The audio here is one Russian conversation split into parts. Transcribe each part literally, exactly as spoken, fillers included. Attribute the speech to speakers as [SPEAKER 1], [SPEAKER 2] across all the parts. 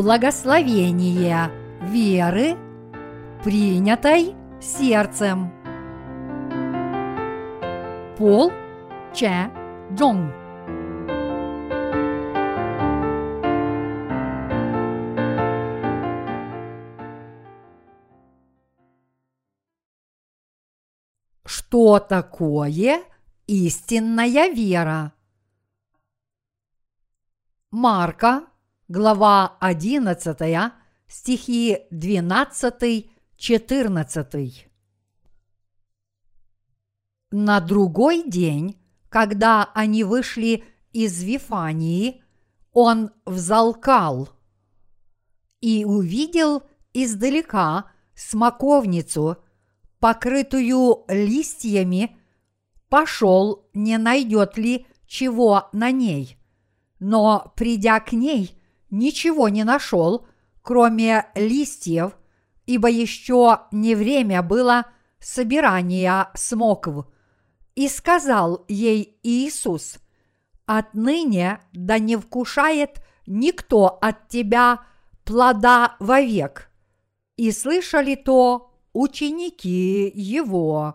[SPEAKER 1] благословение веры, принятой сердцем. Пол Че Джонг. Что такое истинная вера? Марка, глава одиннадцатая, стихи двенадцатый-четырнадцатый. На другой день, когда они вышли из Вифании, он взалкал и увидел издалека смоковницу, покрытую листьями, пошел, не найдет ли чего на ней, но, придя к ней, ничего не нашел, кроме листьев, ибо еще не время было собирания смокв. И сказал ей Иисус: «Отныне да не вкушает никто от тебя плода вовек». И слышали то ученики его.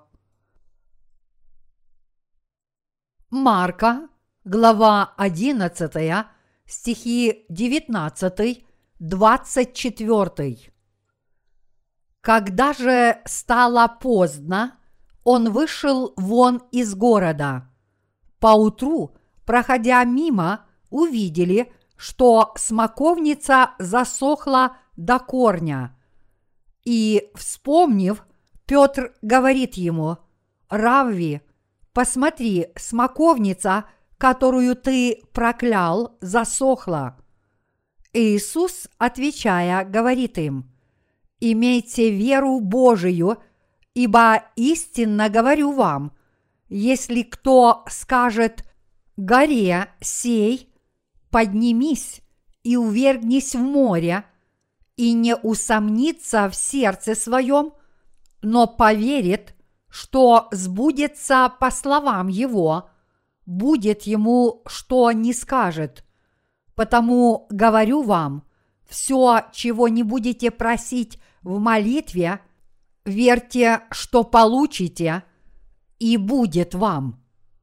[SPEAKER 1] Марка, глава одиннадцатая, стихи девятнадцатый, двадцать четвертый. Когда же стало поздно, он вышел вон из города. Поутру, проходя мимо, увидели, что смоковница засохла до корня. И, вспомнив, Петр говорит ему: «Равви, посмотри, смоковница, которую ты проклял, засохла». Иисус, отвечая, говорит им: «Имейте веру Божию, ибо истинно говорю вам, если кто скажет горе сей, поднимись и увергнись в море, и не усомнится в сердце своем, но поверит, что сбудется по словам его, будет ему, что не скажет. Потому говорю вам, все, чего не будете просить в молитве, верьте, что получите, и будет вам».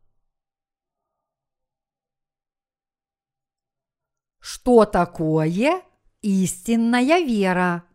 [SPEAKER 1] Что такое истинная вера?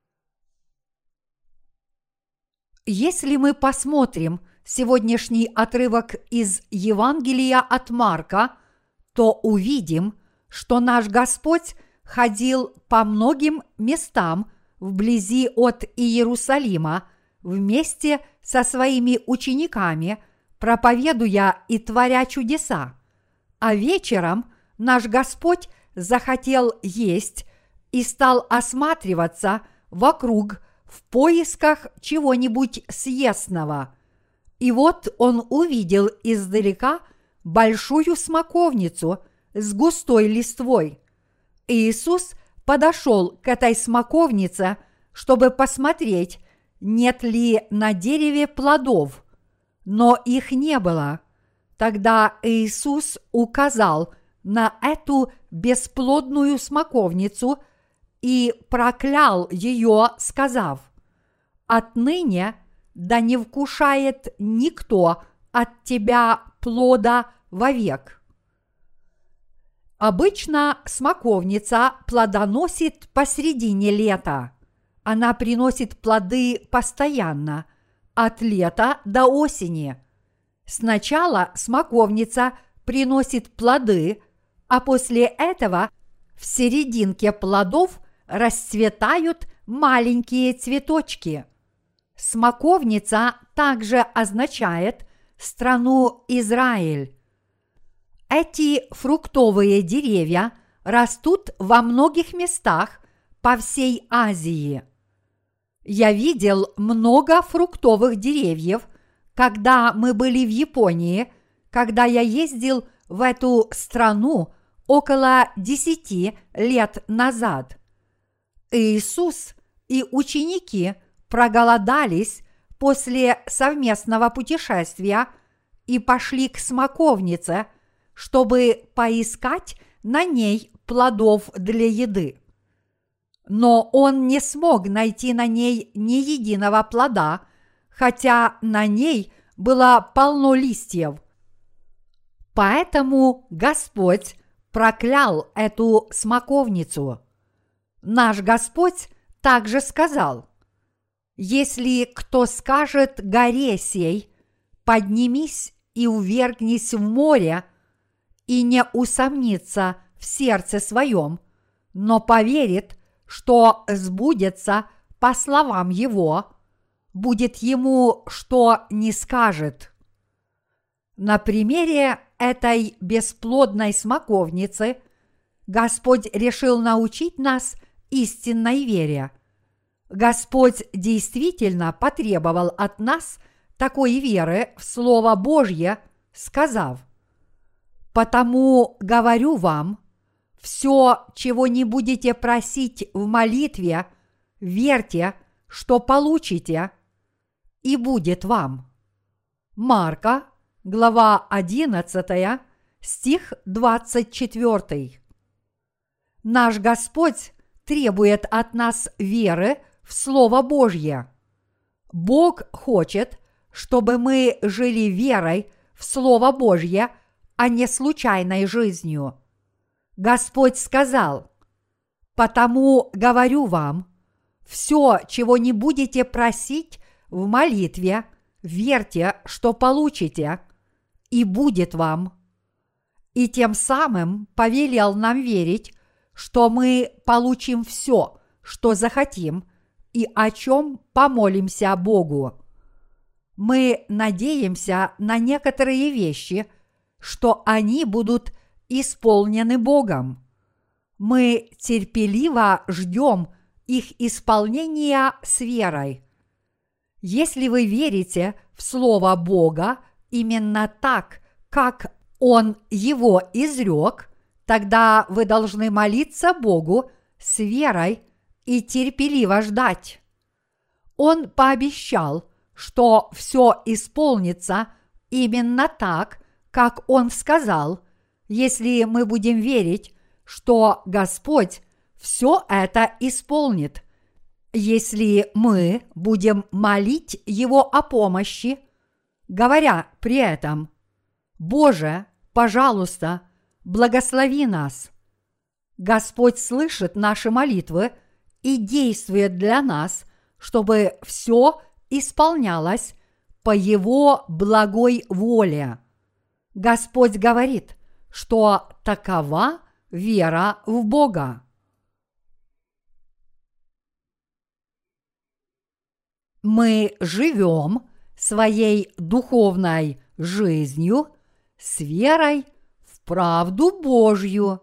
[SPEAKER 1] Если мы посмотрим сегодняшний отрывок из Евангелия от Марка, то увидим, что наш Господь ходил по многим местам вблизи от Иерусалима вместе со своими учениками, проповедуя и творя чудеса. А вечером наш Господь захотел есть и стал осматриваться вокруг в поисках чего-нибудь съестного. И вот он увидел издалека большую смоковницу с густой листвой. Иисус подошел к этой смоковнице, чтобы посмотреть, нет ли на дереве плодов, но их не было. Тогда Иисус указал на эту бесплодную смоковницу и проклял ее, сказав: «Отныне да не вкушает никто от тебя плода вовек». Обычно смоковница плодоносит посредине лета. Она приносит плоды постоянно, от лета до осени. Сначала смоковница приносит плоды, а после этого в серединке плодов расцветают маленькие цветочки. Смоковница также означает страну Израиль. Эти фруктовые деревья растут во многих местах по всей Азии. Я видел много фруктовых деревьев, когда мы были в Японии, когда я ездил в эту страну около десяти лет назад. Иисус и ученики проголодались после совместного путешествия и пошли к смоковнице, чтобы поискать на ней плодов для еды. но он не смог найти на ней ни единого плода, хотя на ней было полно листьев. Поэтому Господь проклял эту смоковницу. Наш Господь также сказал: «Если кто скажет горе сей, поднимись и увергнись в море, и не усомнится в сердце своем, но поверит, что сбудется по словам его, будет ему, что не скажет». На примере этой бесплодной смоковницы Господь решил научить нас истинной вере. Господь действительно потребовал от нас такой веры в Слово Божье, сказав: «Потому говорю вам, все, чего не будете просить в молитве, верьте, что получите, и будет вам». Марка, глава одиннадцатая, стих двадцать четвёртый. Наш Господь требует от нас веры в Слово Божье. Бог хочет, чтобы мы жили верой в Слово Божье, а не случайной жизнью. Господь сказал: «Потому говорю вам, все, чего не будете просить в молитве, верьте, что получите, и будет вам». И тем самым повелел нам верить, что мы получим все, что захотим, и о чем помолимся Богу. Мы надеемся на некоторые вещи, что они будут исполнены Богом. Мы терпеливо ждем их исполнения с верой. Если вы верите в Слово Бога именно так, как Он его изрек, тогда вы должны молиться Богу с верой и терпеливо ждать. Он пообещал, что все исполнится именно так, как Он сказал, если мы будем верить, что Господь все это исполнит, если мы будем молить Его о помощи, говоря при этом: «Боже, пожалуйста, благослови нас». Господь слышит наши молитвы и действует для нас, чтобы все исполнялось по Его благой воле. Господь говорит, что такова вера в Бога. Мы живем своей духовной жизнью с верой в правду Божью.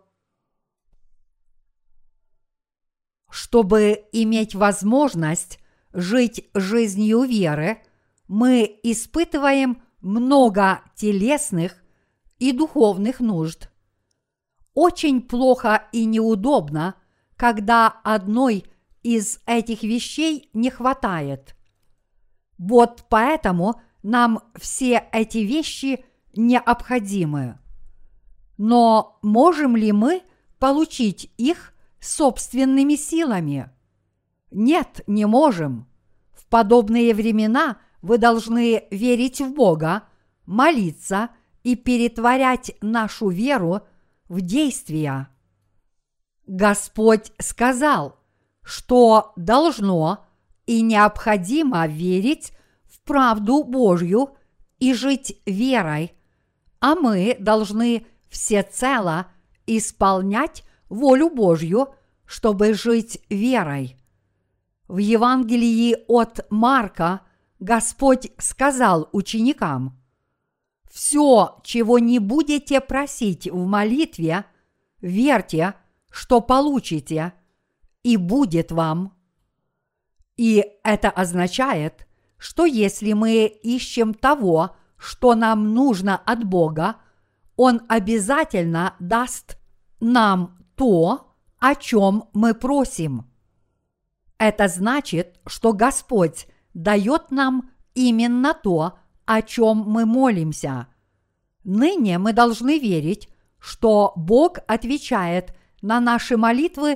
[SPEAKER 1] Чтобы иметь возможность жить жизнью веры, мы испытываем много телесных и духовных нужд. Очень плохо и неудобно, когда одной из этих вещей не хватает. Вот поэтому нам все эти вещи необходимы. Но можем ли мы получить их собственными силами? Нет, не можем. В подобные времена вы должны верить в Бога, молиться и перетворять нашу веру в действия. Господь сказал, что должно и необходимо верить в правду Божью и жить верой, а мы должны всецело исполнять волю Божью, чтобы жить верой. В Евангелии от Марка Господь сказал ученикам: «Все, чего не будете просить в молитве, верьте, что получите, и будет вам». И это означает, что если мы ищем того, что нам нужно от Бога, Он обязательно даст нам то, о чем мы просим. Это значит, что Господь дает нам именно то, о чем мы молимся. Ныне мы должны верить, что Бог отвечает на наши молитвы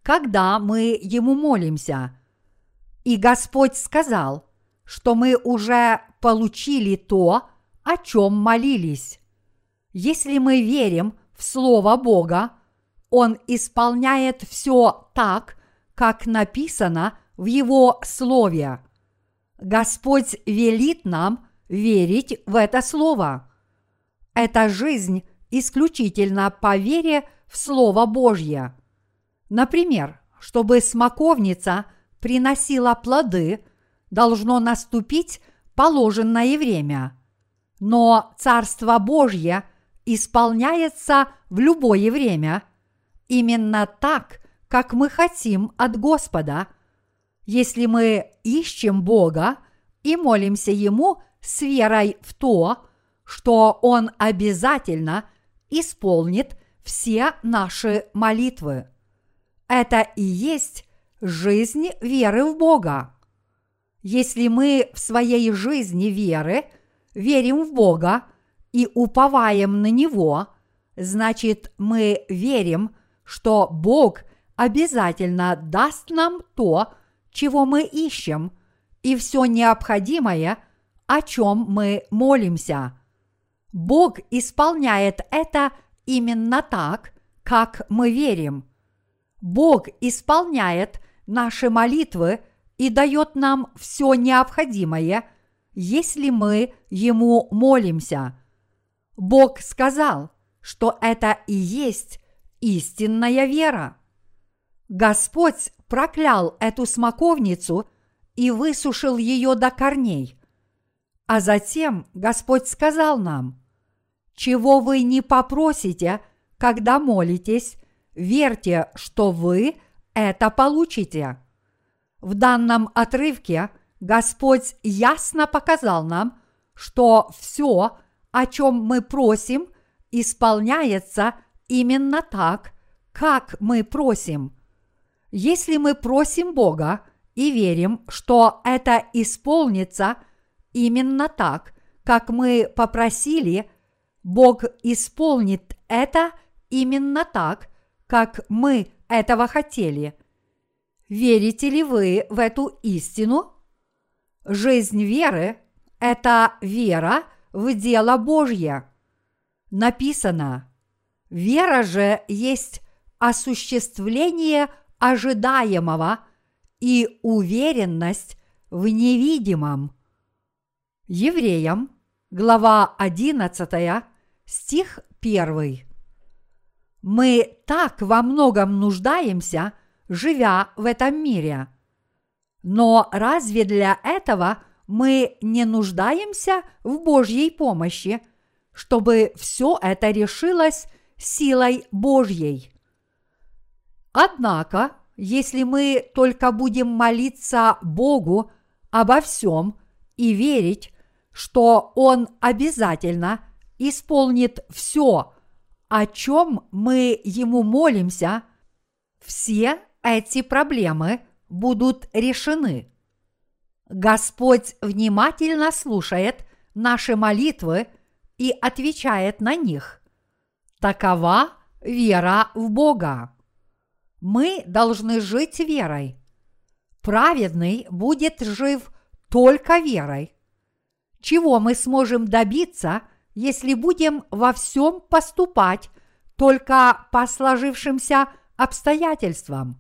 [SPEAKER 1] когда мы Ему молимся. И Господь сказал, что мы уже получили то, о чем молились. Если мы верим в Слово Бога, Он исполняет все так, как написано в Его Слове. Господь велит нам верить в это Слово. Эта жизнь исключительно по вере в Слово Божье. Например, чтобы смоковница приносила плоды, должно наступить положенное время. Но Царство Божье исполняется в любое время, именно так, как мы хотим от Господа, если мы ищем Бога и молимся Ему с верой в то, что Он обязательно исполнит все наши молитвы. Это и есть жизнь веры в Бога. Если мы в своей жизни веры верим в Бога и уповаем на Него, значит, мы верим, что Бог обязательно даст нам то, чего мы ищем, и все необходимое, о чем мы молимся. Бог исполняет это именно так, как мы верим. Бог исполняет наши молитвы и дает нам все необходимое, если мы Ему молимся. Бог сказал, что это и есть истинная вера. Господь проклял эту смоковницу и высушил ее до корней. А затем Господь сказал нам: «Чего вы не попросите, когда молитесь, верьте, что вы это получите». В данном отрывке Господь ясно показал нам, что все, о чем мы просим, исполняется именно так, как мы просим. Если мы просим Бога и верим, что это исполнится именно так, как мы попросили, Бог исполнит это именно так, как мы этого хотели. Верите ли вы в эту истину? Жизнь веры – это вера в дело Божье. Написано: «Вера же есть осуществление ожидаемого и уверенность в невидимом». Евреям, глава одиннадцатая, стих первый. Мы так во многом нуждаемся, живя в этом мире. Но разве для этого мы не нуждаемся в Божьей помощи, чтобы все это решилось силой Божьей? Однако, если мы только будем молиться Богу обо всем и верить, что Он обязательно исполнит все, о чем мы Ему молимся, все эти проблемы будут решены. Господь внимательно слушает наши молитвы и отвечает на них. Такова вера в Бога. Мы должны жить верой. Праведный будет жив только верой. Чего мы сможем добиться, если будем во всем поступать только по сложившимся обстоятельствам?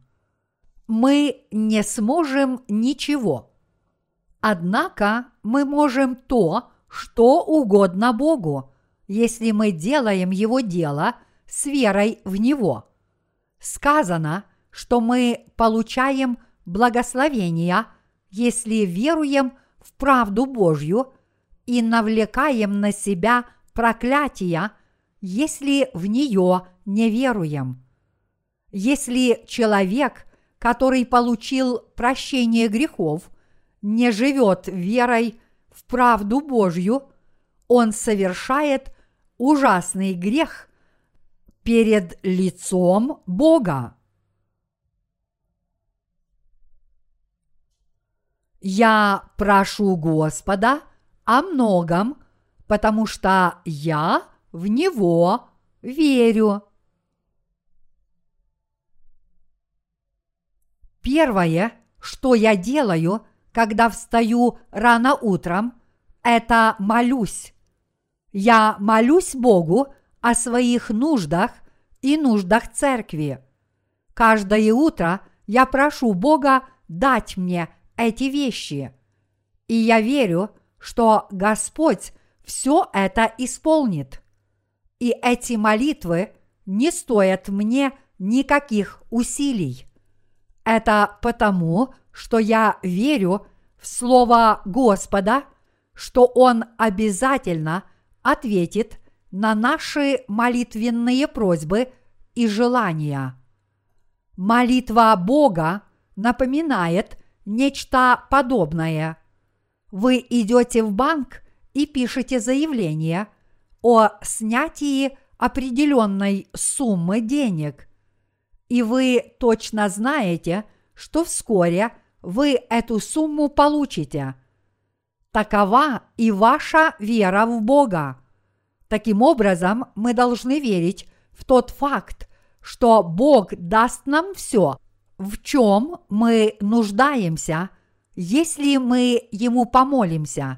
[SPEAKER 1] Мы не сможем ничего. Однако мы можем то, что угодно Богу, если мы делаем Его дело с верой в Него. Сказано, что мы получаем благословения, если веруем в правду Божью, и навлекаем на себя проклятия, если в нее не веруем. Если человек, который получил прощение грехов, не живет верой в правду Божью, он совершает ужасный грех перед лицом Бога. Я прошу Господа о многом, потому что я в Него верю. Первое, что я делаю, когда встаю рано утром, это молюсь. Я молюсь Богу о своих нуждах и нуждах церкви. Каждое утро я прошу Бога дать мне эти вещи. И я верю, что Господь все это исполнит. И эти молитвы не стоят мне никаких усилий. Это потому, что я верю в Слово Господа, что Он обязательно ответит на наши молитвенные просьбы и желания. Молитва Бога напоминает нечто подобное. Вы идете в банк и пишете заявление о снятии определенной суммы денег, и вы точно знаете, что вскоре вы эту сумму получите. Такова и ваша вера в Бога. Таким образом, мы должны верить в тот факт, что Бог даст нам все, в чем мы нуждаемся, если мы Ему помолимся.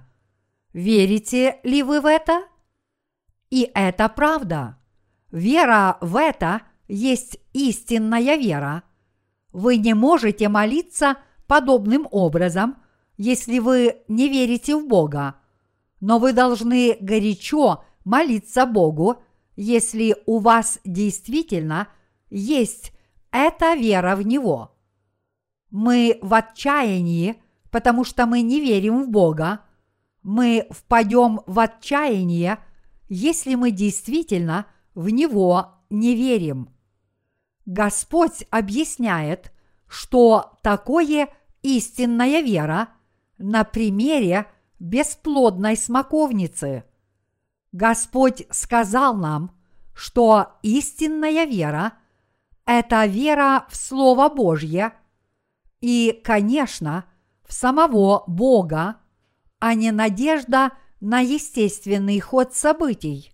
[SPEAKER 1] Верите ли вы в это? И это правда. Вера в это есть истинная вера. Вы не можете молиться подобным образом, если вы не верите в Бога. Но вы должны горячо молиться Богу, если у вас действительно есть эта вера в Него. Мы в отчаянии, потому что мы не верим в Бога. Мы впадем в отчаяние, если мы действительно в Него не верим. Господь объясняет, что такое истинная вера на примере бесплодной смоковницы. Господь сказал нам, что истинная вера – это вера в Слово Божье и, конечно, в самого Бога, а не надежда на естественный ход событий.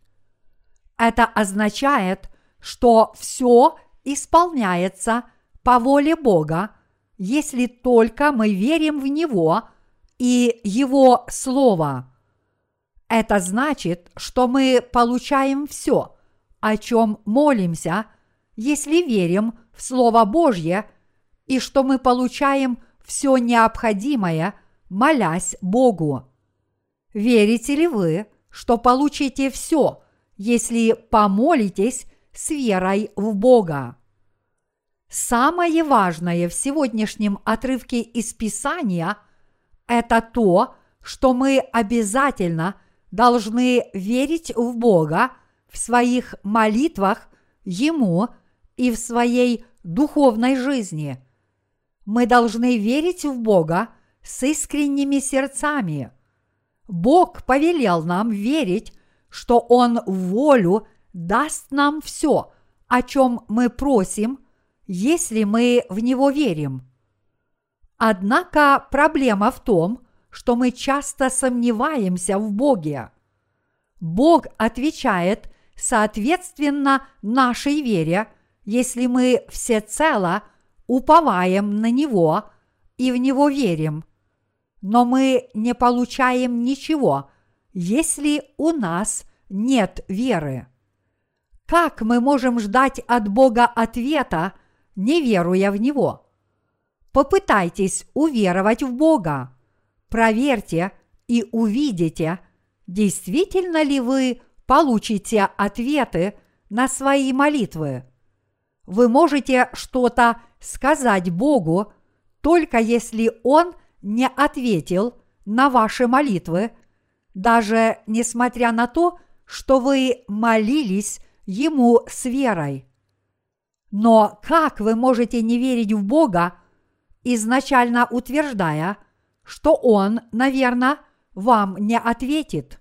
[SPEAKER 1] Это означает, что все исполняется по воле Бога, если только мы верим в Него и Его Слово. Это значит, что мы получаем все, о чем молимся, если верим в Слово Божье, и что мы получаем все необходимое, молясь Богу. Верите ли вы, что получите все, если помолитесь с верой в Бога? Самое важное в сегодняшнем отрывке из Писания – это то, что мы обязательно должны верить в Бога в своих молитвах Ему и в своей духовной жизни. Мы должны верить в Бога с искренними сердцами. Бог повелел нам верить, что Он в волю даст нам все, о чем мы просим, если мы в Него верим. Однако проблема в том, что мы часто сомневаемся в Боге. Бог отвечает соответственно нашей вере, если мы всецело уповаем на Него и в Него верим. Но мы не получаем ничего, если у нас нет веры. Как мы можем ждать от Бога ответа, не веруя в Него? Попытайтесь уверовать в Бога. Проверьте и увидите, действительно ли вы получите ответы на свои молитвы. Вы можете что-то сказать Богу, только если Он не ответил на ваши молитвы, даже несмотря на то, что вы молились Ему с верой. Но как вы можете не верить в Бога, изначально утверждая, что Он, наверное, вам не ответит?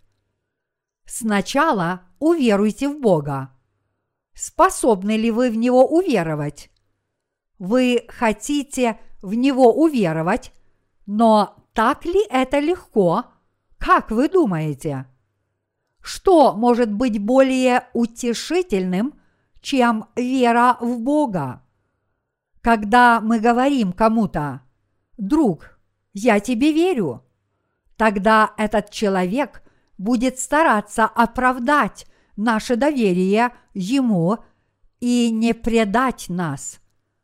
[SPEAKER 1] Сначала уверуйте в Бога. Способны ли вы в Него уверовать? Вы хотите в Него уверовать, но так ли это легко, как вы думаете? Что может быть более утешительным, чем вера в Бога? Когда мы говорим кому-то: «Друг, я тебе верю», тогда этот человек будет стараться оправдать наше доверие ему и не предать нас.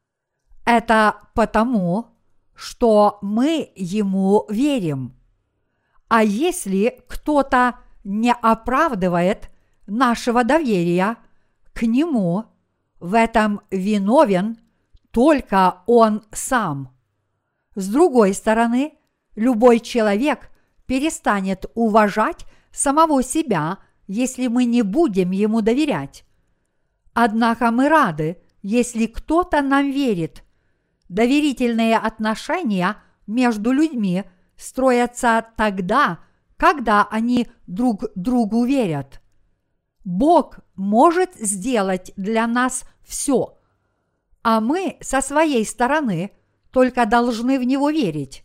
[SPEAKER 1] Это потому, что мы ему верим. А если кто-то не оправдывает нашего доверия к нему, в этом виновен только он сам. С другой стороны, любой человек перестанет уважать самого себя, если мы не будем ему доверять. Однако мы рады, если кто-то нам верит. Доверительные отношения между людьми строятся тогда, когда они друг другу верят. Бог может сделать для нас все, а мы со своей стороны только должны в Него верить.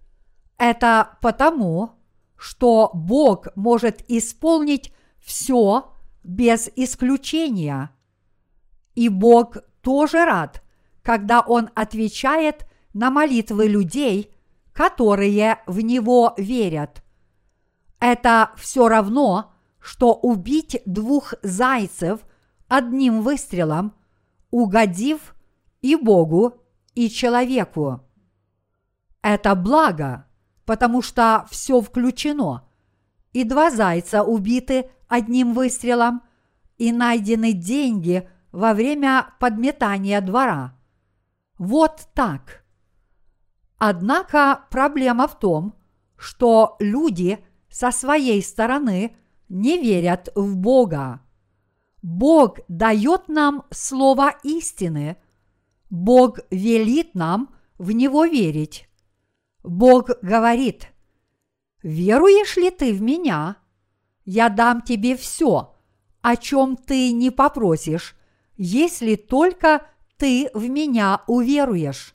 [SPEAKER 1] Это потому, что Бог может исполнить все без исключения. И Бог тоже рад, когда Он отвечает на молитвы людей, которые в Него верят. Это все равно, что убить двух зайцев одним выстрелом, угодив и Богу, и человеку. Это благо, потому что все включено, и два зайца убиты одним выстрелом, и найдены деньги во время подметания двора. Вот так. Однако проблема в том, что люди со своей стороны не верят в Бога. Бог дает нам слово истины. Бог велит нам в Него верить. Бог говорит: «Веруешь ли ты в Меня? Я дам тебе все, о чем ты не попросишь, если только ты в Меня уверуешь».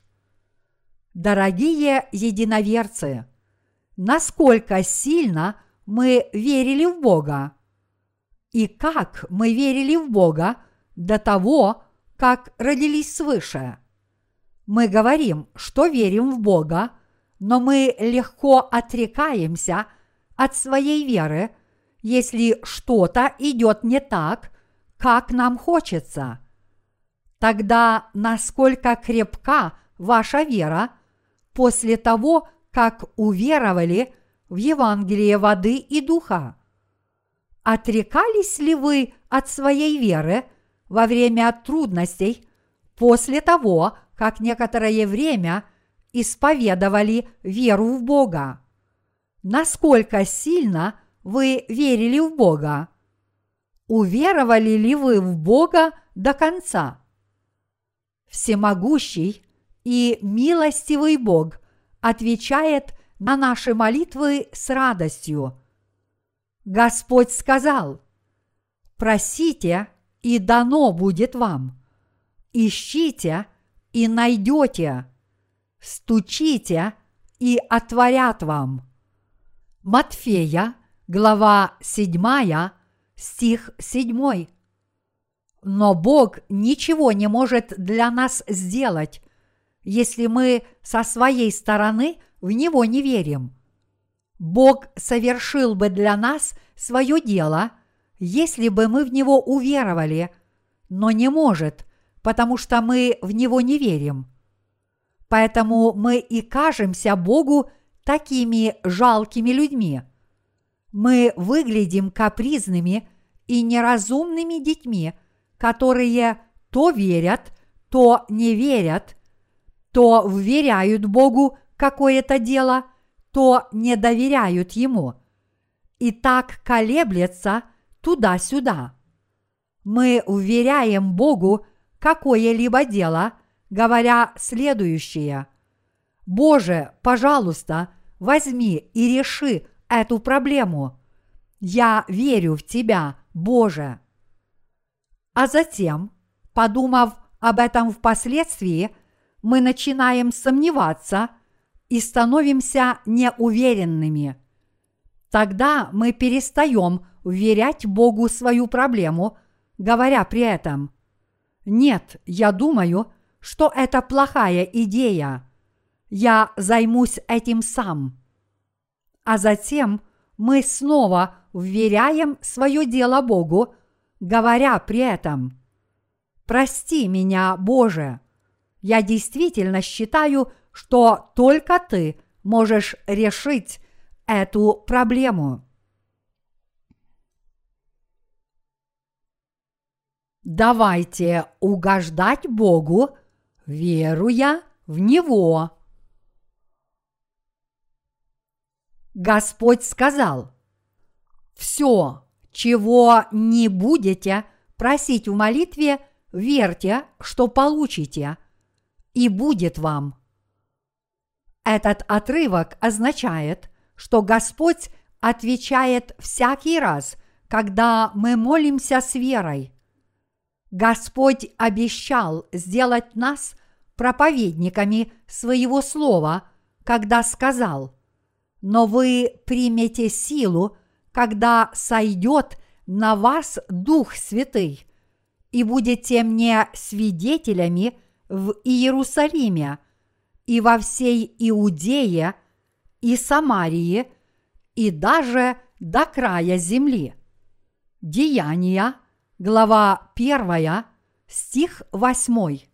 [SPEAKER 1] Дорогие единоверцы, насколько сильно мы верили в Бога? И как мы верили в Бога до того, как родились свыше? Мы говорим, что верим в Бога, но мы легко отрекаемся от своей веры, если что-то идет не так, как нам хочется. Тогда насколько крепка ваша вера после того, как уверовали в Евангелие воды и духа? Отрекались ли вы от своей веры во время трудностей после того, как некоторое время исповедовали веру в Бога? Насколько сильно вы верили в Бога? Уверовали ли вы в Бога до конца? Всемогущий и милостивый Бог отвечает на наши молитвы с радостью. Господь сказал: «Просите, и дано будет вам. Ищите, и найдете. Стучите, и отворят вам». Матфея, глава седьмая, стих седьмой. Но Бог ничего не может для нас сделать, если мы со своей стороны в Него не верим. Бог совершил бы для нас свое дело, если бы мы в Него уверовали, но не может, потому что мы в Него не верим. Поэтому мы и кажемся Богу такими жалкими людьми. Мы выглядим капризными и неразумными детьми, которые то верят, то не верят, то вверяют Богу какое-то дело, то не доверяют Ему, и так колеблется туда-сюда. Мы вверяем Богу какое-либо дело, говоря следующее: «Боже, пожалуйста, возьми и реши эту проблему. Я верю в Тебя, Боже». А затем, подумав об этом впоследствии, мы начинаем сомневаться и становимся неуверенными. Тогда мы перестаем вверять Богу свою проблему, говоря при этом: «Нет, я думаю, что это плохая идея. Я займусь этим сам. А затем мы снова вверяем свое дело Богу, говоря при этом: «Прости меня, Боже, я действительно считаю, что только Ты можешь решить эту проблему». Давайте угождать Богу, веруя в Него. Господь сказал: «Все, чего не будете просить в молитве, верьте, что получите, и будет вам». Этот отрывок означает, что Господь отвечает всякий раз, когда мы молимся с верой. Господь обещал сделать нас проповедниками своего слова, когда сказал: «Но вы примете силу, когда сойдет на вас Дух Святый, и будете мне свидетелями в Иерусалиме и во всей Иудее и Самарии и даже до края земли». Деяния, глава первая, стих восьмой.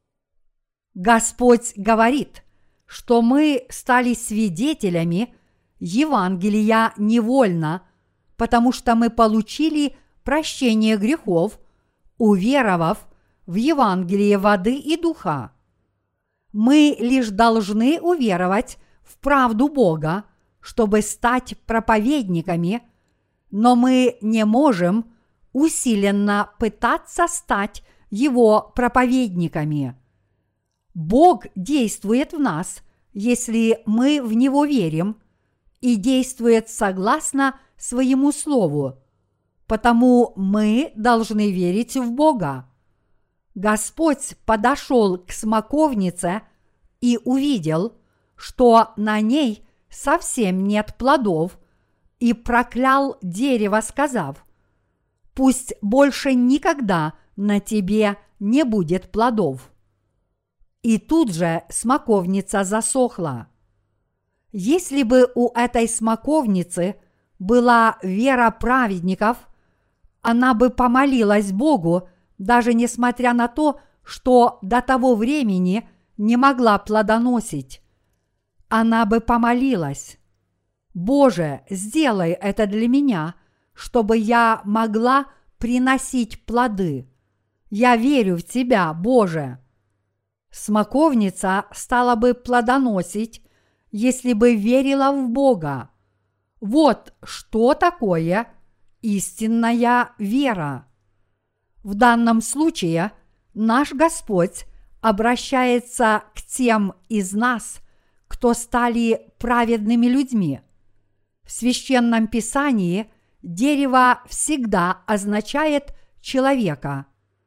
[SPEAKER 1] Господь говорит, что мы стали свидетелями Евангелия невольно, потому что мы получили прощение грехов, уверовав в Евангелие воды и духа. Мы лишь должны уверовать в правду Бога, чтобы стать проповедниками, но мы не можем усиленно пытаться стать Его проповедниками. Бог действует в нас, если мы в Него верим, и действует согласно Своему Слову, потому мы должны верить в Бога. Господь подошел к смоковнице и увидел, что на ней совсем нет плодов, и проклял дерево, сказав: «Пусть больше никогда на тебе не будет плодов». И тут же смоковница засохла. Если бы у этой смоковницы была вера праведников, она бы помолилась Богу, даже несмотря на то, что до того времени не могла плодоносить. Она бы помолилась: «Боже, сделай это для меня, чтобы я могла приносить плоды. Я верю в Тебя, Боже». Смоковница стала бы плодоносить, если бы верила в Бога. Вот что такое истинная вера. В данном случае наш Господь обращается к тем из нас, кто стали праведными людьми. В Священном Писании дерево всегда означает человека.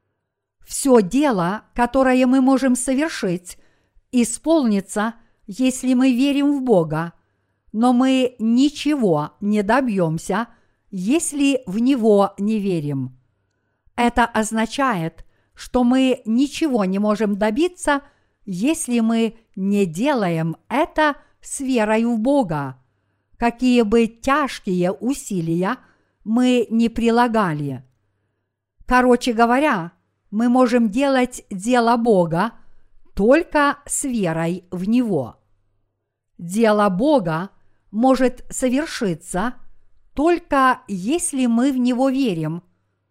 [SPEAKER 1] Все дело, которое мы можем совершить, исполнится, если мы верим в Бога, но мы ничего не добьемся, если в Него не верим. Это означает, что мы ничего не можем добиться, если мы не делаем это с верой в Бога, какие бы тяжкие усилия мы не прилагали. Короче говоря, мы можем делать дело Бога только с верой в Него. Дело Бога может совершиться только если мы в Него верим.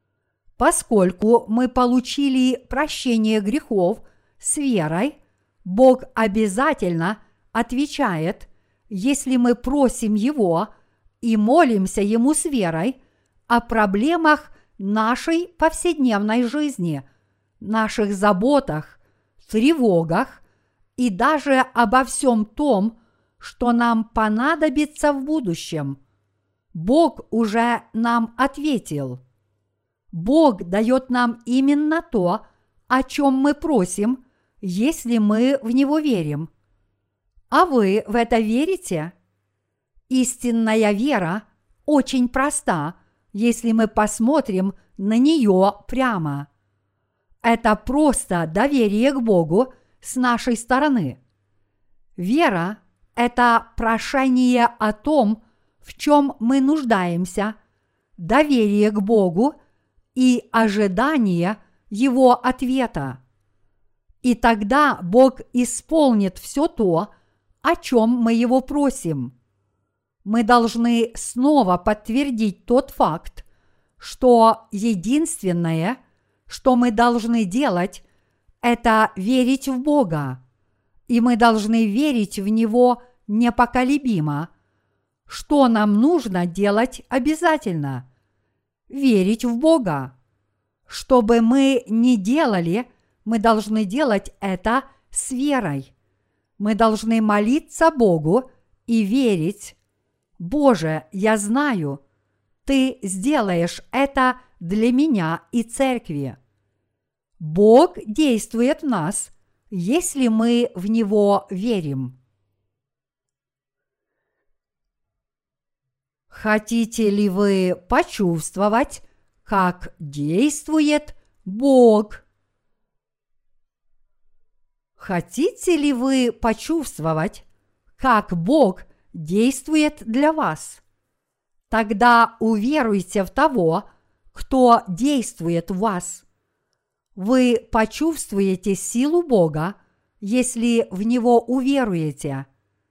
[SPEAKER 1] Поскольку мы получили прощение грехов с верой, Бог обязательно отвечает, если мы просим Его и молимся Ему с верой о проблемах нашей повседневной жизни, наших заботах, тревогах и даже обо всем том, что нам понадобится в будущем. Бог уже нам ответил. Бог дает нам именно то, о чем мы просим, если мы в Него верим. А вы в это верите? Истинная вера очень проста, если мы посмотрим на нее прямо. Это просто доверие к Богу с нашей стороны. Вера – это прошение о том, в чем мы нуждаемся, доверие к Богу и ожидание Его ответа. И тогда Бог исполнит все то, о чем мы Его просим. Мы должны снова подтвердить тот факт, что единственное, что мы должны делать, это верить в Бога, и мы должны верить в Него непоколебимо. Что нам нужно делать обязательно? Верить в Бога. Что бы мы ни делали, мы должны делать это с верой. Мы должны молиться Богу и верить: «Боже, я знаю, Ты сделаешь это для меня и церкви». Бог действует в нас, если мы в Него верим. Хотите ли вы почувствовать, как действует Бог? Хотите ли вы почувствовать, как Бог действует для вас? Тогда уверуйте в того, кто действует в вас. Вы почувствуете силу Бога, если в Него уверуете.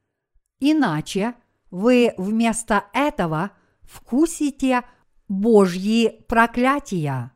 [SPEAKER 1] Иначе вы вместо этого вкусите Божьи проклятия.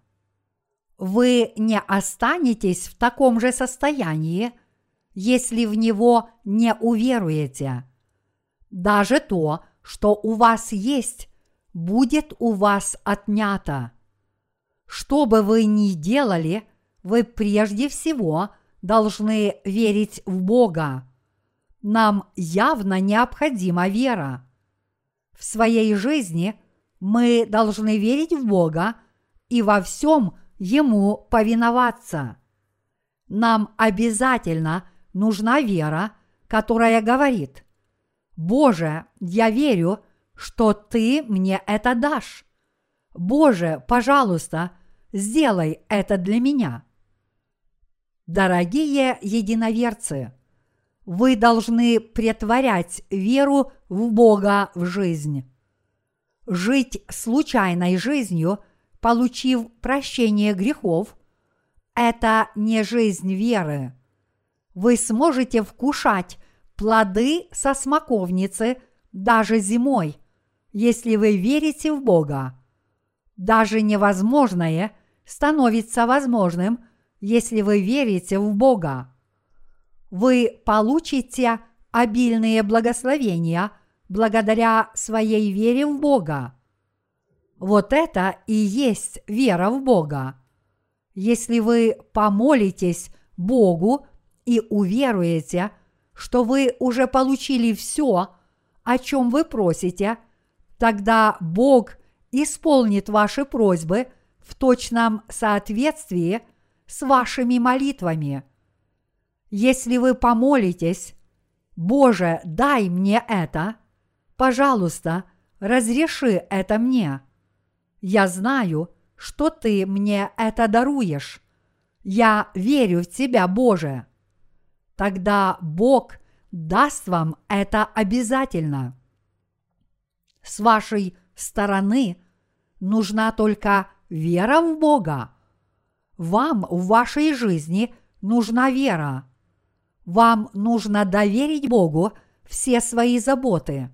[SPEAKER 1] Вы не останетесь в таком же состоянии, если в Него не уверуете. Даже то, что у вас есть, будет у вас отнято. Что бы вы ни делали, вы прежде всего должны верить в Бога. Нам явно необходима вера. В своей жизни мы должны верить в Бога и во всем Ему повиноваться. Нам обязательно нужна вера, которая говорит: «Боже, я верю, что Ты мне это дашь. Боже, пожалуйста, сделай это для меня». Дорогие единоверцы, вы должны претворять веру в Бога в жизнь. Жить случайной жизнью, получив прощение грехов, это не жизнь веры. Вы сможете вкушать плоды со смоковницы даже зимой, если вы верите в Бога. Даже невозможное становится возможным, если вы верите в Бога. Вы получите обильные благословения благодаря своей вере в Бога. Вот это и есть вера в Бога. Если вы помолитесь Богу и уверуете, что вы уже получили все, о чем вы просите, тогда Бог исполнит ваши просьбы в точном соответствии с вашими молитвами. Если вы помолитесь: «Боже, дай мне это», пожалуйста, разреши это мне. Я знаю, что Ты мне это даруешь. Я верю в Тебя, Боже. Тогда Бог даст вам это обязательно. С вашей стороны нужна только вера в Бога. Вам в вашей жизни нужна вера. Вам нужно доверить Богу все свои заботы.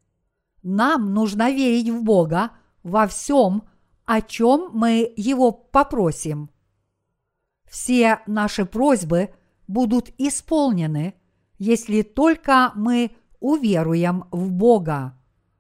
[SPEAKER 1] Нам нужно верить в Бога во всем, о чем мы Его попросим. Все наши просьбы будут исполнены, если только мы уверуем в Бога.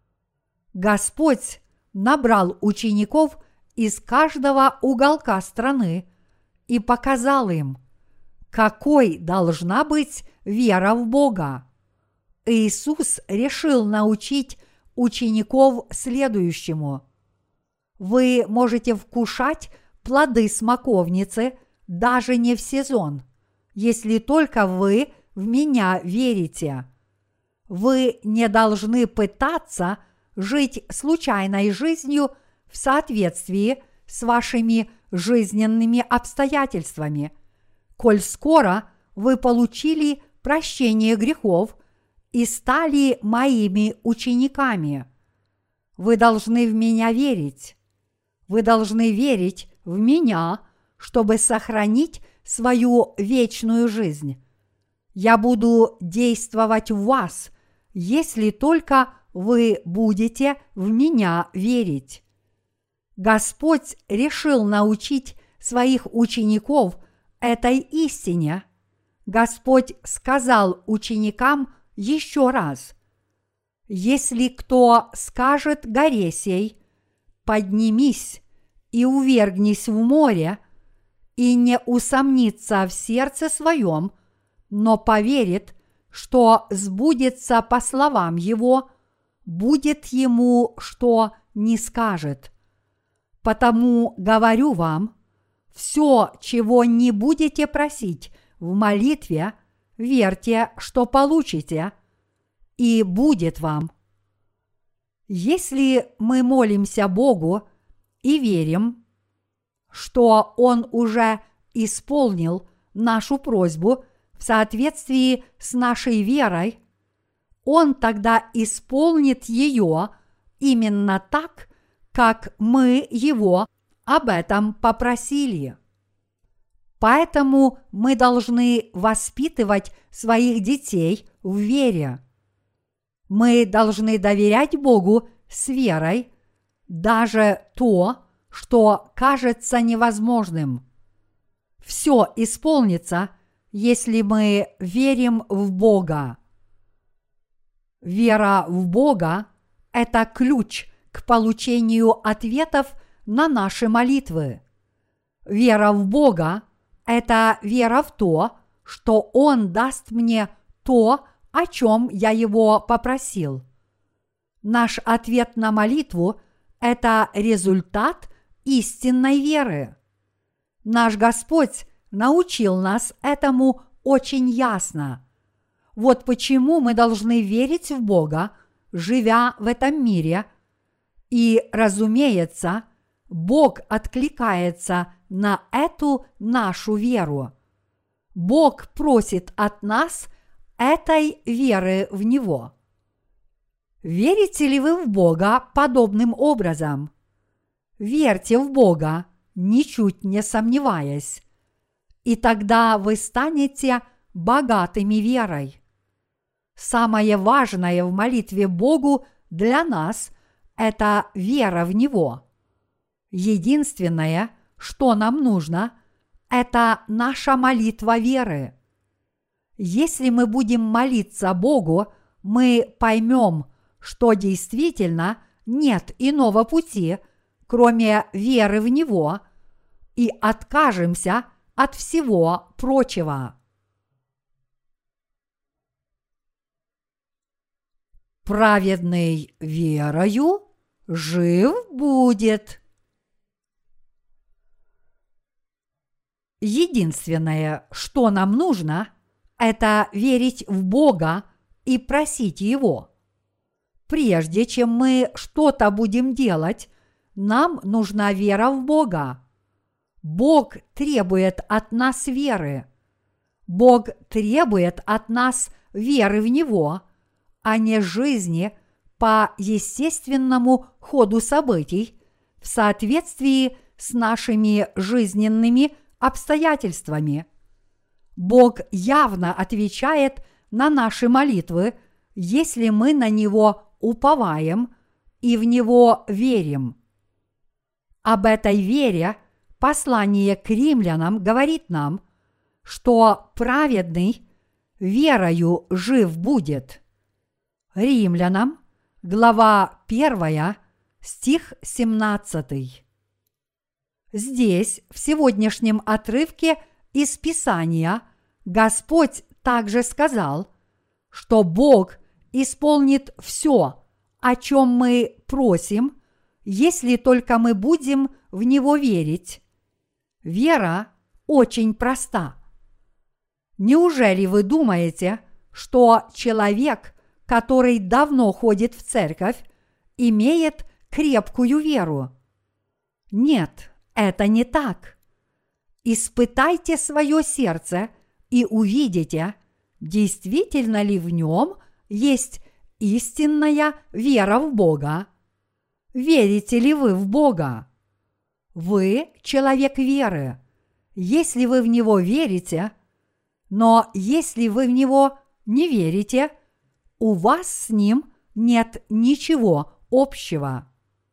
[SPEAKER 1] Господь набрал учеников из каждого уголка страны и показал им, какой должна быть вера в Бога. Иисус решил научить учеников следующему: вы можете вкушать плоды смоковницы даже не в сезон, если только вы в Меня верите. Вы не должны пытаться жить случайной жизнью в соответствии с вашими жизненными обстоятельствами, коль скоро вы получили прощение грехов и стали моими учениками. Вы должны в меня верить. Вы должны верить в меня, чтобы сохранить свою вечную жизнь. Я буду действовать в вас, если только вы будете в меня верить. Господь решил научить своих учеников этой истине. Господь сказал ученикам еще раз: «Если кто скажет горе сей: поднимись и увергнись в море, и не усомнится в сердце своем, но поверит, что сбудется по словам его, будет ему, что не скажет. Потому говорю вам, все, чего не будете просить в молитве, верьте, что получите, и будет вам». Если мы молимся Богу и верим, что Он уже исполнил нашу просьбу в соответствии с нашей верой, Он тогда исполнит ее именно так, как мы Его об этом попросили. Поэтому мы должны воспитывать своих детей в вере. Мы должны доверять Богу с верой, даже то, что кажется невозможным. Все исполнится, если мы верим в Бога. Вера в Бога – это ключ к получению ответов на наши молитвы. Вера в Бога – это вера в то, что Он даст мне то, о чем я Его попросил. Наш ответ на молитву – это результат истинной веры. Наш Господь научил нас этому очень ясно. Вот почему мы должны верить в Бога, живя в этом мире. И, разумеется, Бог откликается на эту нашу веру. Бог просит от нас этой веры в Него. Верите ли вы в Бога подобным образом? Верьте в Бога, ничуть не сомневаясь, и тогда вы станете богатыми верой. Самое важное в молитве Богу для нас – это вера в Него. Единственное, что нам нужно, это наша молитва веры. Если мы будем молиться Богу, мы поймем, что действительно нет иного пути, кроме веры в Него, и откажемся от всего прочего. Праведный верою жив будет. Единственное, что нам нужно, это верить в Бога и просить Его. Прежде чем мы что-то будем делать, нам нужна вера в Бога. Бог требует от нас веры. Бог требует от нас веры в Него, а не жизни по естественному ходу событий в соответствии с нашими жизненными обстоятельствами. Бог явно отвечает на наши молитвы, если мы на Него уповаем и в Него верим. Об этой вере послание к римлянам говорит нам, что праведный верою жив будет. Римлянам, глава первая, стих семнадцатый. Здесь, в сегодняшнем отрывке из Писания, Господь также сказал, что Бог исполнит все, о чем мы просим, если только мы будем в Него верить. Вера очень проста. Неужели вы думаете, что человек, который давно ходит в церковь, имеет крепкую веру? Нет, это не так. Испытайте свое сердце и увидите, действительно ли в нем есть истинная вера в Бога. Верите ли вы в Бога? Вы человек веры, если вы в Него верите, но если вы в Него не верите, у вас с Ним нет ничего общего.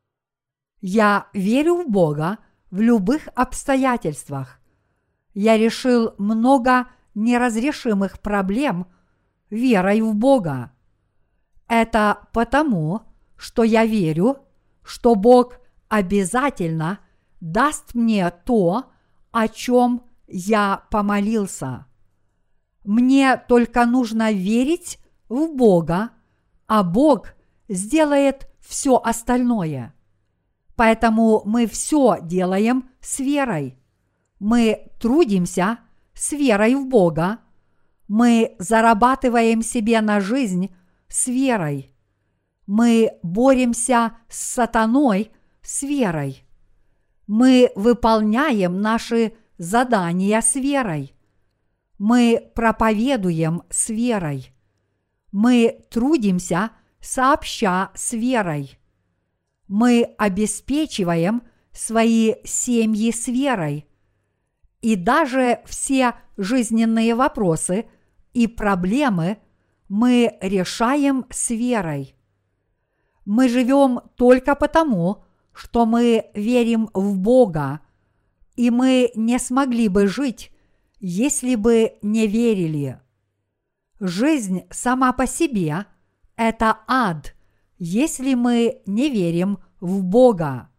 [SPEAKER 1] Я верю в Бога в любых обстоятельствах. Я решил много неразрешимых проблем верой в Бога. Это потому, что я верю, что Бог обязательно даст мне то, о чем я помолился. Мне только нужно верить в Бога, а Бог сделает все остальное. Поэтому мы все делаем с верой. Мы трудимся с верой в Бога. Мы зарабатываем себе на жизнь с верой. Мы боремся с сатаной с верой. Мы выполняем наши задания с верой. Мы проповедуем с верой. Мы трудимся сообща с верой. Мы обеспечиваем свои семьи с верой. И даже все жизненные вопросы и проблемы мы решаем с верой. Мы живем только потому, что мы верим в Бога, и мы не смогли бы жить, если бы не верили. Жизнь сама по себе – это ад, если мы не верим в Бога.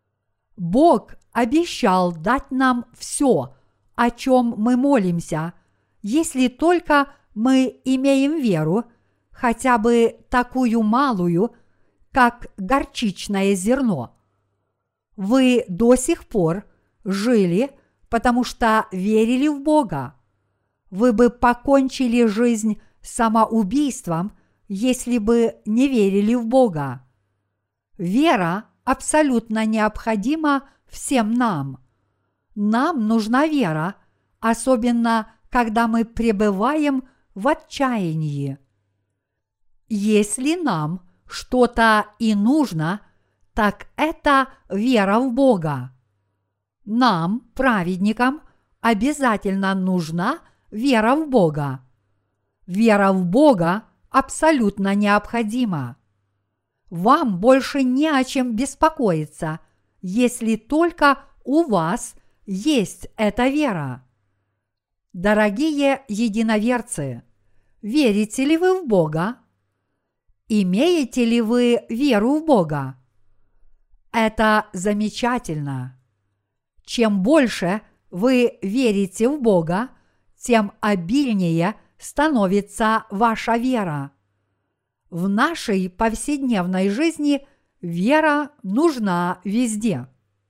[SPEAKER 1] Бог обещал дать нам все, о чем мы молимся, если только мы имеем веру, хотя бы такую малую, как горчичное зерно. Вы до сих пор жили, потому что верили в Бога. Вы бы покончили жизнь самоубийством, если бы не верили в Бога. Вера абсолютно необходима всем нам. Нам нужна вера, особенно когда мы пребываем в отчаянии. Если нам что-то и нужно, так это вера в Бога. Нам, праведникам, обязательно нужна вера в Бога. Вера в Бога абсолютно необходима. Вам больше не о чем беспокоиться, если только у вас есть эта вера. Дорогие единоверцы, верите ли вы в Бога? Имеете ли вы веру в Бога? Это замечательно. Чем больше вы верите в Бога, тем обильнее становится ваша вера. В нашей повседневной жизни вера нужна везде.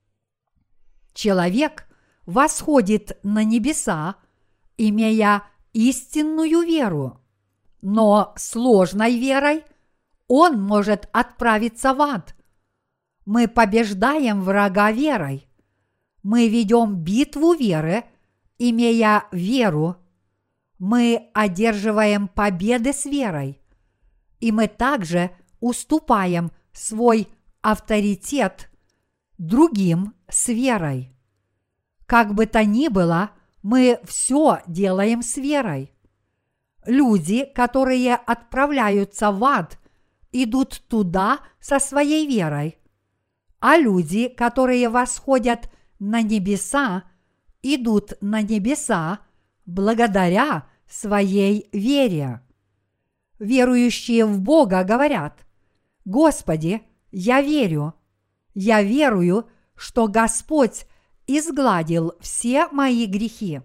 [SPEAKER 1] Человек восходит на небеса, имея истинную веру, но сложной верой он может отправиться в ад. Мы побеждаем врага верой. Мы ведем битву веры, имея веру. Мы одерживаем победы с верой. И мы также уступаем свой авторитет другим с верой. Как бы то ни было, мы все делаем с верой. Люди, которые отправляются в ад, идут туда со своей верой, а люди, которые восходят на небеса, идут на небеса благодаря своей вере. Верующие в Бога говорят: «Господи, я верю, я верую, что Господь изгладил все мои грехи».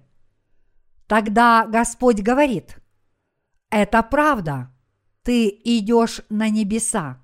[SPEAKER 1] Тогда Господь говорит: «Это правда, ты идешь на небеса».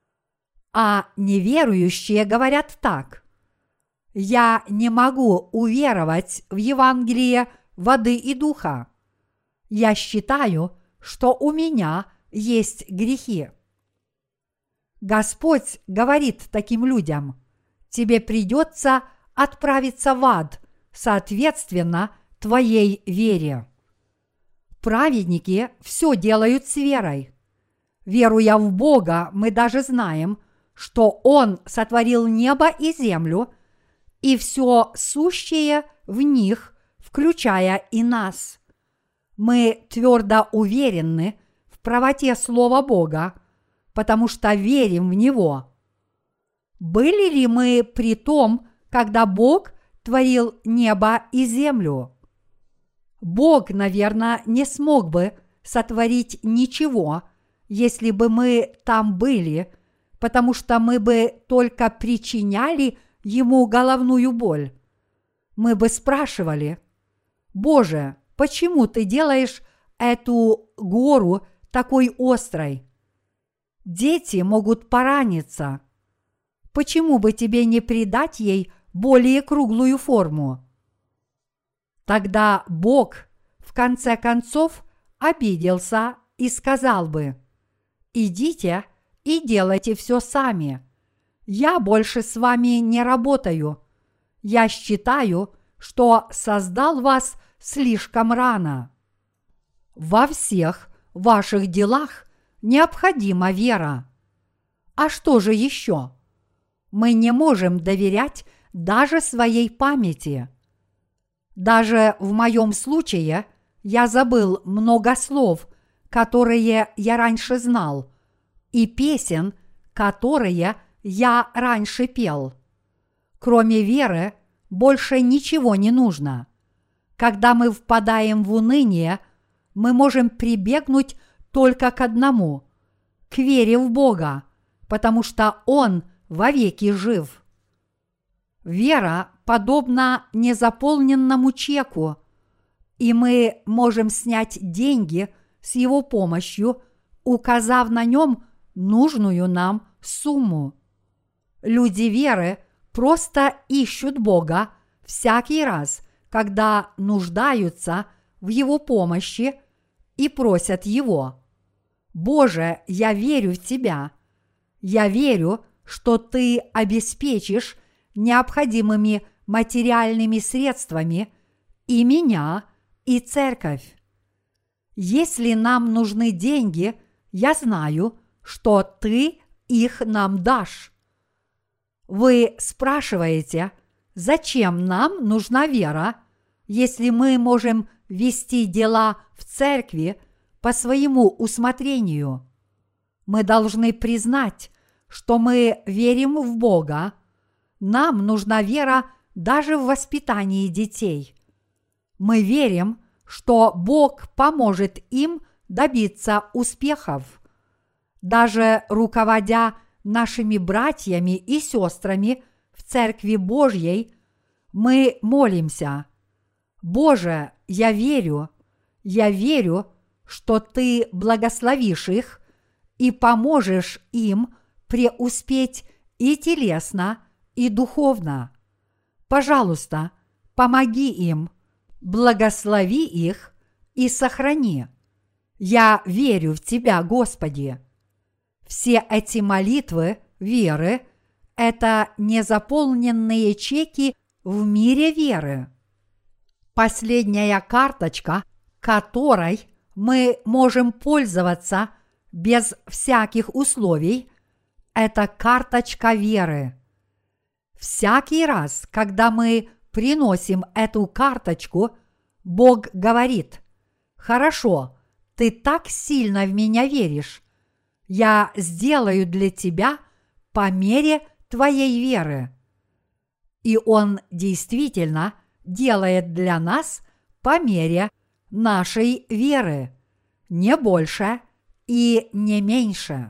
[SPEAKER 1] А неверующие говорят так: «Я не могу уверовать в Евангелие воды и духа. Я считаю, что у меня есть грехи». Господь говорит таким людям: тебе придется отправиться в ад, соответственно твоей вере. Праведники все делают с верой. Веруя в Бога, мы даже знаем, что Он сотворил небо и землю и все сущее в них, включая и нас. Мы твердо уверены в правоте Слова Бога, потому что верим в Него. Были ли мы при том, когда Бог творил небо и землю? Бог, наверное, не смог бы сотворить ничего, если бы мы там были, потому что мы бы только причиняли Ему головную боль. Мы бы спрашивали: «Боже, почему Ты делаешь эту гору такой острой? Дети могут пораниться. Почему бы Тебе не придать ей более круглую форму?» Тогда Бог в конце концов обиделся и сказал бы: «Идите и делайте все сами. Я больше с вами не работаю. Я считаю, что создал вас слишком рано. Во всех ваших делах необходима вера. А что же еще? Мы не можем доверять даже своей памяти. Даже в моем случае я забыл много слов, которые я раньше знал, и песен, которые я раньше пел. Кроме веры, больше ничего не нужно. Когда мы впадаем в уныние, мы можем прибегнуть только к одному – к вере в Бога, потому что Он вовеки жив. Вера подобна незаполненному чеку, и мы можем снять деньги с его помощью, указав на нем нужную нам сумму. Люди веры просто ищут Бога всякий раз, когда нуждаются в Его помощи и просят Его: «Боже, я верю в Тебя. Я верю, что Ты обеспечишь необходимыми материальными средствами и меня, и церковь. Если нам нужны деньги, я знаю, что Ты их нам дашь». Вы спрашиваете, зачем нам нужна вера, если мы можем вести дела в церкви по своему усмотрению? Мы должны признать, что мы верим в Бога. Нам нужна вера даже в воспитании детей. Мы верим, что Бог поможет им добиться успехов. Даже руководя нашими братьями и сестрами в Церкви Божьей, мы молимся: «Боже, я верю, я верю, что Ты благословишь их и поможешь им преуспеть и телесно, и духовно. Пожалуйста, помоги им, благослови их и сохрани. Я верю в Тебя, Господи». Все эти молитвы веры – это незаполненные чеки в мире веры. Последняя карточка, которой мы можем пользоваться без всяких условий, это карточка веры. Всякий раз, когда мы приносим эту карточку, Бог говорит: «Хорошо, ты так сильно в меня веришь. Я сделаю для тебя по мере твоей веры». И Он действительно делает для нас по мере нашей веры, не больше и не меньше.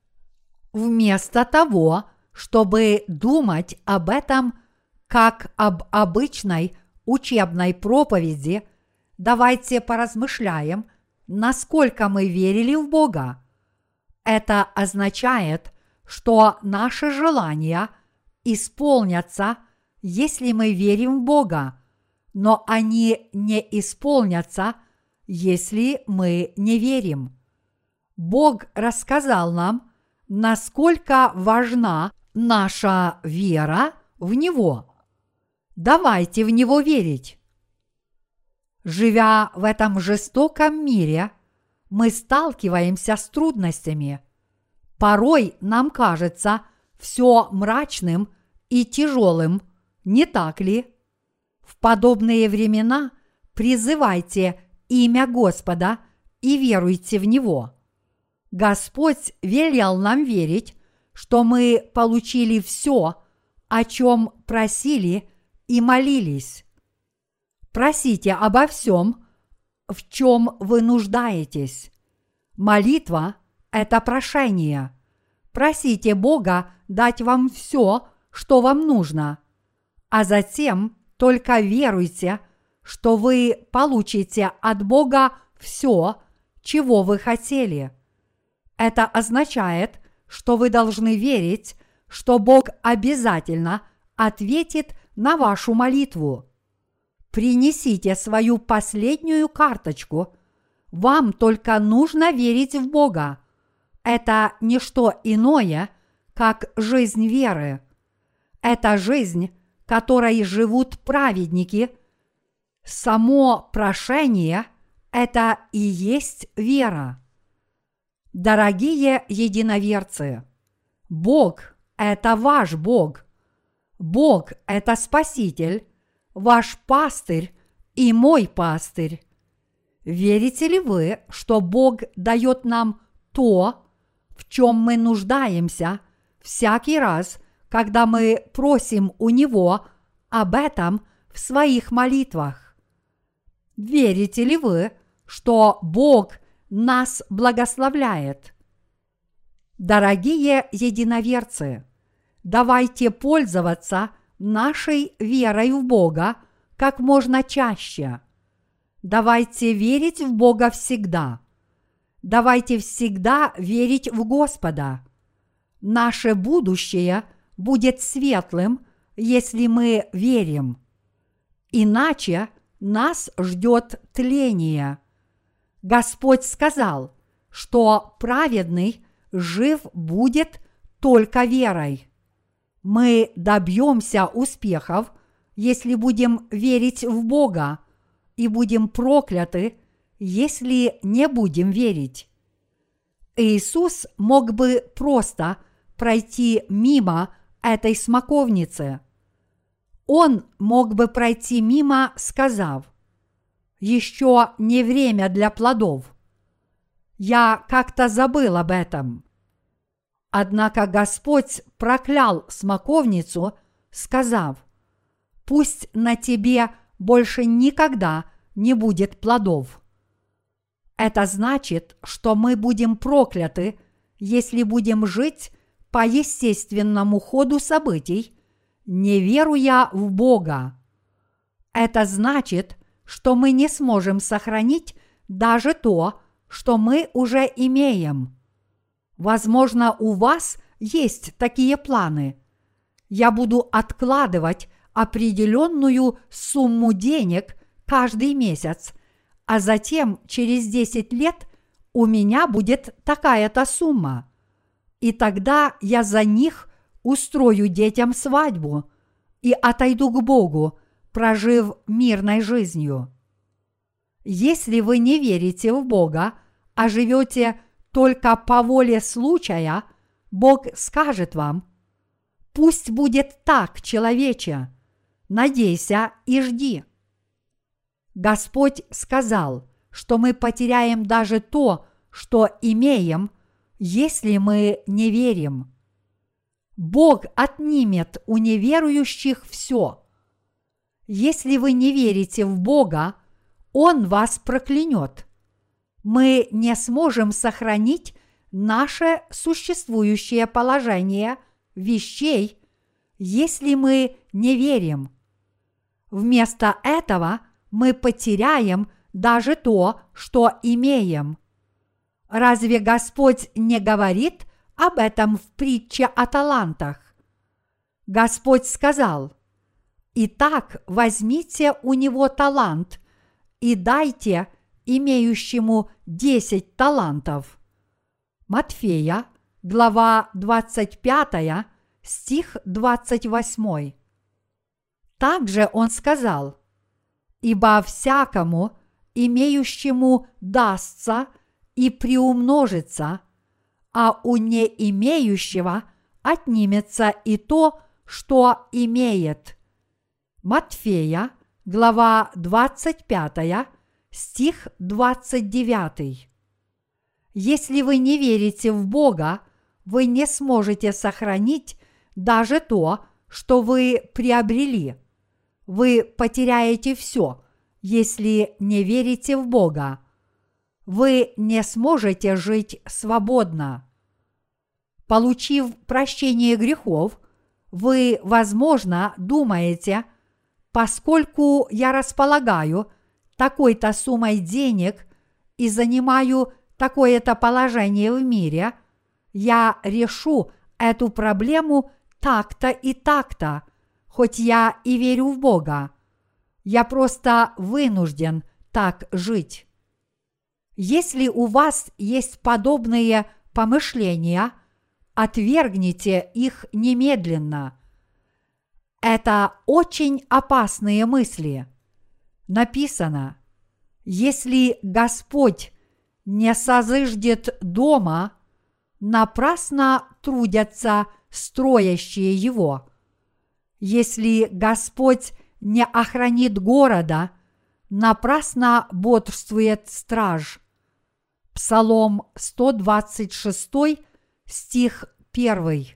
[SPEAKER 1] Вместо того, чтобы думать об этом как об обычной учебной проповеди, давайте поразмышляем, насколько мы верили в Бога. Это означает, что наши желания исполнятся, если мы верим в Бога, но они не исполнятся, если мы не верим. Бог рассказал нам, насколько важна наша вера в Него. Давайте в Него верить. Живя в этом жестоком мире, мы сталкиваемся с трудностями. Порой нам кажется все мрачным и тяжелым, не так ли? В подобные времена призывайте имя Господа и веруйте в Него. Господь велел нам верить, что мы получили все, о чем просили и молились. Просите обо всем, в чем вы нуждаетесь. Молитва – это прошение. Просите Бога дать вам все, что вам нужно, а затем только веруйте, что вы получите от Бога все, чего вы хотели. Это означает, что вы должны верить, что Бог обязательно ответит на вашу молитву. Принесите свою последнюю карточку. Вам только нужно верить в Бога. Это не что иное, как жизнь веры. Это жизнь, которой живут праведники. Само прошение – это и есть вера. Дорогие единоверцы, Бог – это ваш Бог. Бог – это Спаситель, ваш пастырь и мой пастырь. Верите ли вы, что Бог дает нам то, в чем мы нуждаемся, всякий раз, когда мы просим у Него об этом в своих молитвах? Верите ли вы, что Бог нас благословляет? Дорогие единоверцы, давайте пользоваться нашей верой в Бога как можно чаще. Давайте верить в Бога всегда. Давайте всегда верить в Господа. Наше будущее будет светлым, если мы верим. Иначе нас ждет тление. Господь сказал, что праведный жив будет только верой. Мы добьемся успехов, если будем верить в Бога, и будем прокляты, если не будем верить. Иисус мог бы просто пройти мимо этой смоковницы. Он мог бы пройти мимо, сказав: «Еще не время для плодов. Я как-то забыл об этом». Однако Господь проклял смоковницу, сказав: «Пусть на тебе больше никогда не будет плодов». Это значит, что мы будем прокляты, если будем жить по естественному ходу событий, не веруя в Бога. Это значит, что мы не сможем сохранить даже то, что мы уже имеем. Возможно, у вас есть такие планы. Я буду откладывать определенную сумму денег каждый месяц, а затем через десять лет у меня будет такая-то сумма. И тогда я за них устрою детям свадьбу и отойду к Богу, прожив мирной жизнью. Если вы не верите в Бога, а живете только по воле случая, Бог скажет вам: «Пусть будет так, человече, надейся и жди». Господь сказал, что мы потеряем даже то, что имеем, если мы не верим. Бог отнимет у неверующих все. Если вы не верите в Бога, Он вас проклянет. Мы не сможем сохранить наше существующее положение вещей, если мы не верим. Вместо этого мы потеряем даже то, что имеем. Разве Господь не говорит об этом в притче о талантах? Господь сказал: «Итак, возьмите у него талант и дайте имеющему десять талантов». Матфея, глава двадцать пятая, стих двадцать восьмой. Также он сказал: «Ибо всякому, имеющему, дастся и приумножится, а у не имеющего отнимется и то, что имеет». Матфея, глава двадцать пятая, стих двадцать девятый. Если вы не верите в Бога, вы не сможете сохранить даже то, что вы приобрели. Вы потеряете все, если не верите в Бога. Вы не сможете жить свободно. Получив прощение грехов, вы, возможно, думаете: поскольку я располагаю такой-то суммой денег и занимаю такое-то положение в мире, я решу эту проблему так-то и так-то, хоть я и верю в Бога. Я просто вынужден так жить. Если у вас есть подобные помышления, отвергните их немедленно. Это очень опасные мысли. Написано: «Если Господь не созыждет дома, напрасно трудятся строящие его. Если Господь не охранит города, напрасно бодрствует страж». Псалом сто двадцать шесть, стих один.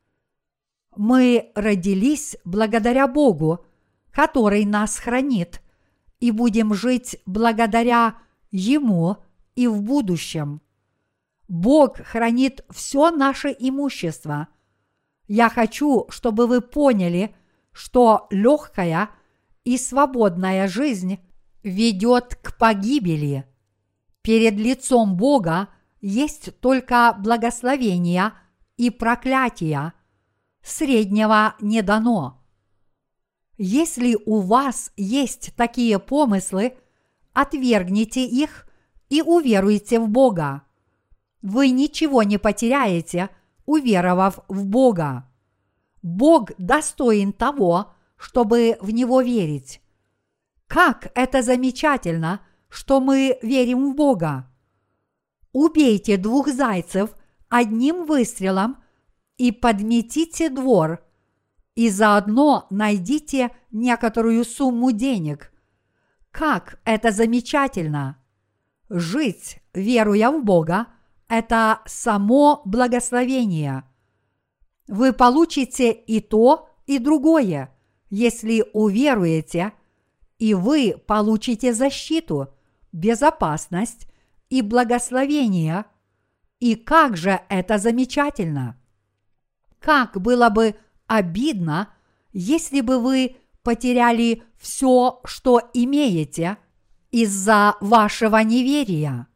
[SPEAKER 1] Мы родились благодаря Богу, который нас хранит, и будем жить благодаря Ему и в будущем. Бог хранит все наше имущество. Я хочу, чтобы вы поняли, что легкая и свободная жизнь ведет к погибели. Перед лицом Бога есть только благословения и проклятия, среднего не дано. Если у вас есть такие помыслы, отвергните их и уверуйте в Бога. Вы ничего не потеряете, уверовав в Бога. Бог достоин того, чтобы в Него верить. Как это замечательно, что мы верим в Бога! Убейте двух зайцев одним выстрелом и подметите двор, и заодно найдите некоторую сумму денег. Как это замечательно! Жить, веруя в Бога, это само благословение. Вы получите и то, и другое, если уверуете, и вы получите защиту, безопасность и благословение. И как же это замечательно! Как было бы обидно, если бы вы потеряли все, что имеете, из-за вашего неверия.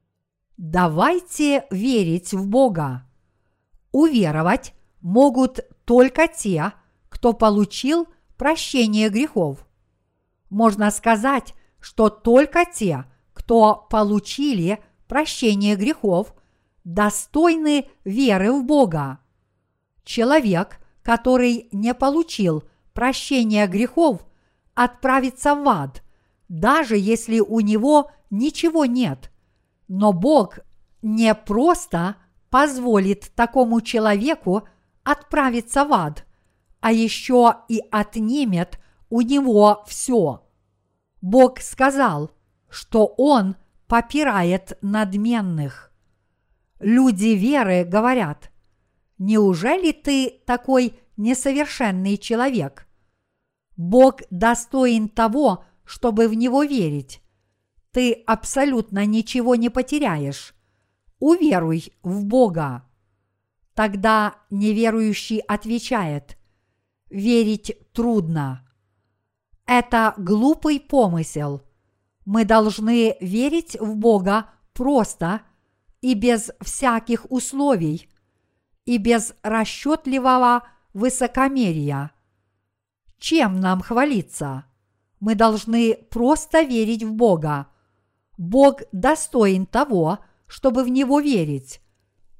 [SPEAKER 1] Давайте верить в Бога. Уверовать могут только те, кто получил прощение грехов. Можно сказать, что только те, кто получили прощение грехов, достойны веры в Бога. Человек, который не получил прощения грехов, отправится в ад, даже если у него ничего нет. Но Бог не просто позволит такому человеку отправиться в ад, а еще и отнимет у него все. Бог сказал, что Он попирает надменных. Люди веры говорят: «Неужели ты такой несовершенный человек?» Бог достоин того, чтобы в Него верить. Ты абсолютно ничего не потеряешь. Уверуй в Бога. Тогда неверующий отвечает: верить трудно. Это глупый помысел. Мы должны верить в Бога просто и без всяких условий, и без расчетливого высокомерия. Чем нам хвалиться? Мы должны просто верить в Бога. Бог достоин того, чтобы в Него верить.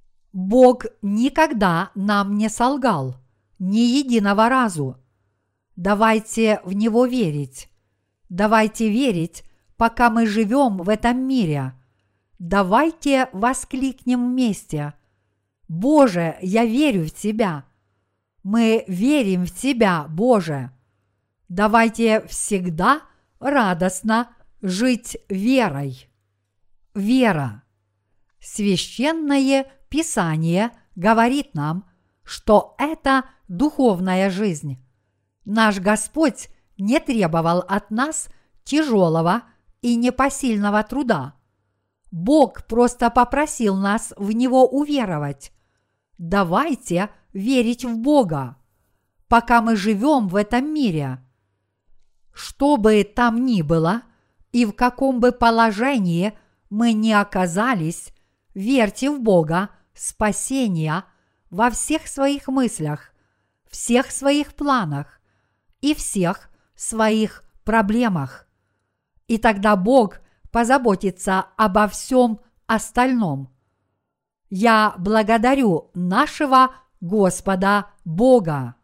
[SPEAKER 1] Бог никогда нам не солгал, ни единого разу. Давайте в Него верить. Давайте верить, пока мы живем в этом мире. Давайте воскликнем вместе: Боже, я верю в Тебя. Мы верим в Тебя, Боже. Давайте всегда радостно жить верой. Вера. Священное Писание говорит нам, что это духовная жизнь. Наш Господь не требовал от нас тяжелого и непосильного труда. Бог просто попросил нас в Него уверовать. Давайте верить в Бога, пока мы живем в этом мире. Что бы там ни было и в каком бы положении мы ни оказались, верьте в Бога спасения во всех своих мыслях, всех своих планах и всех своих проблемах. И тогда Бог позаботится обо всем остальном. Я благодарю нашего Господа Бога.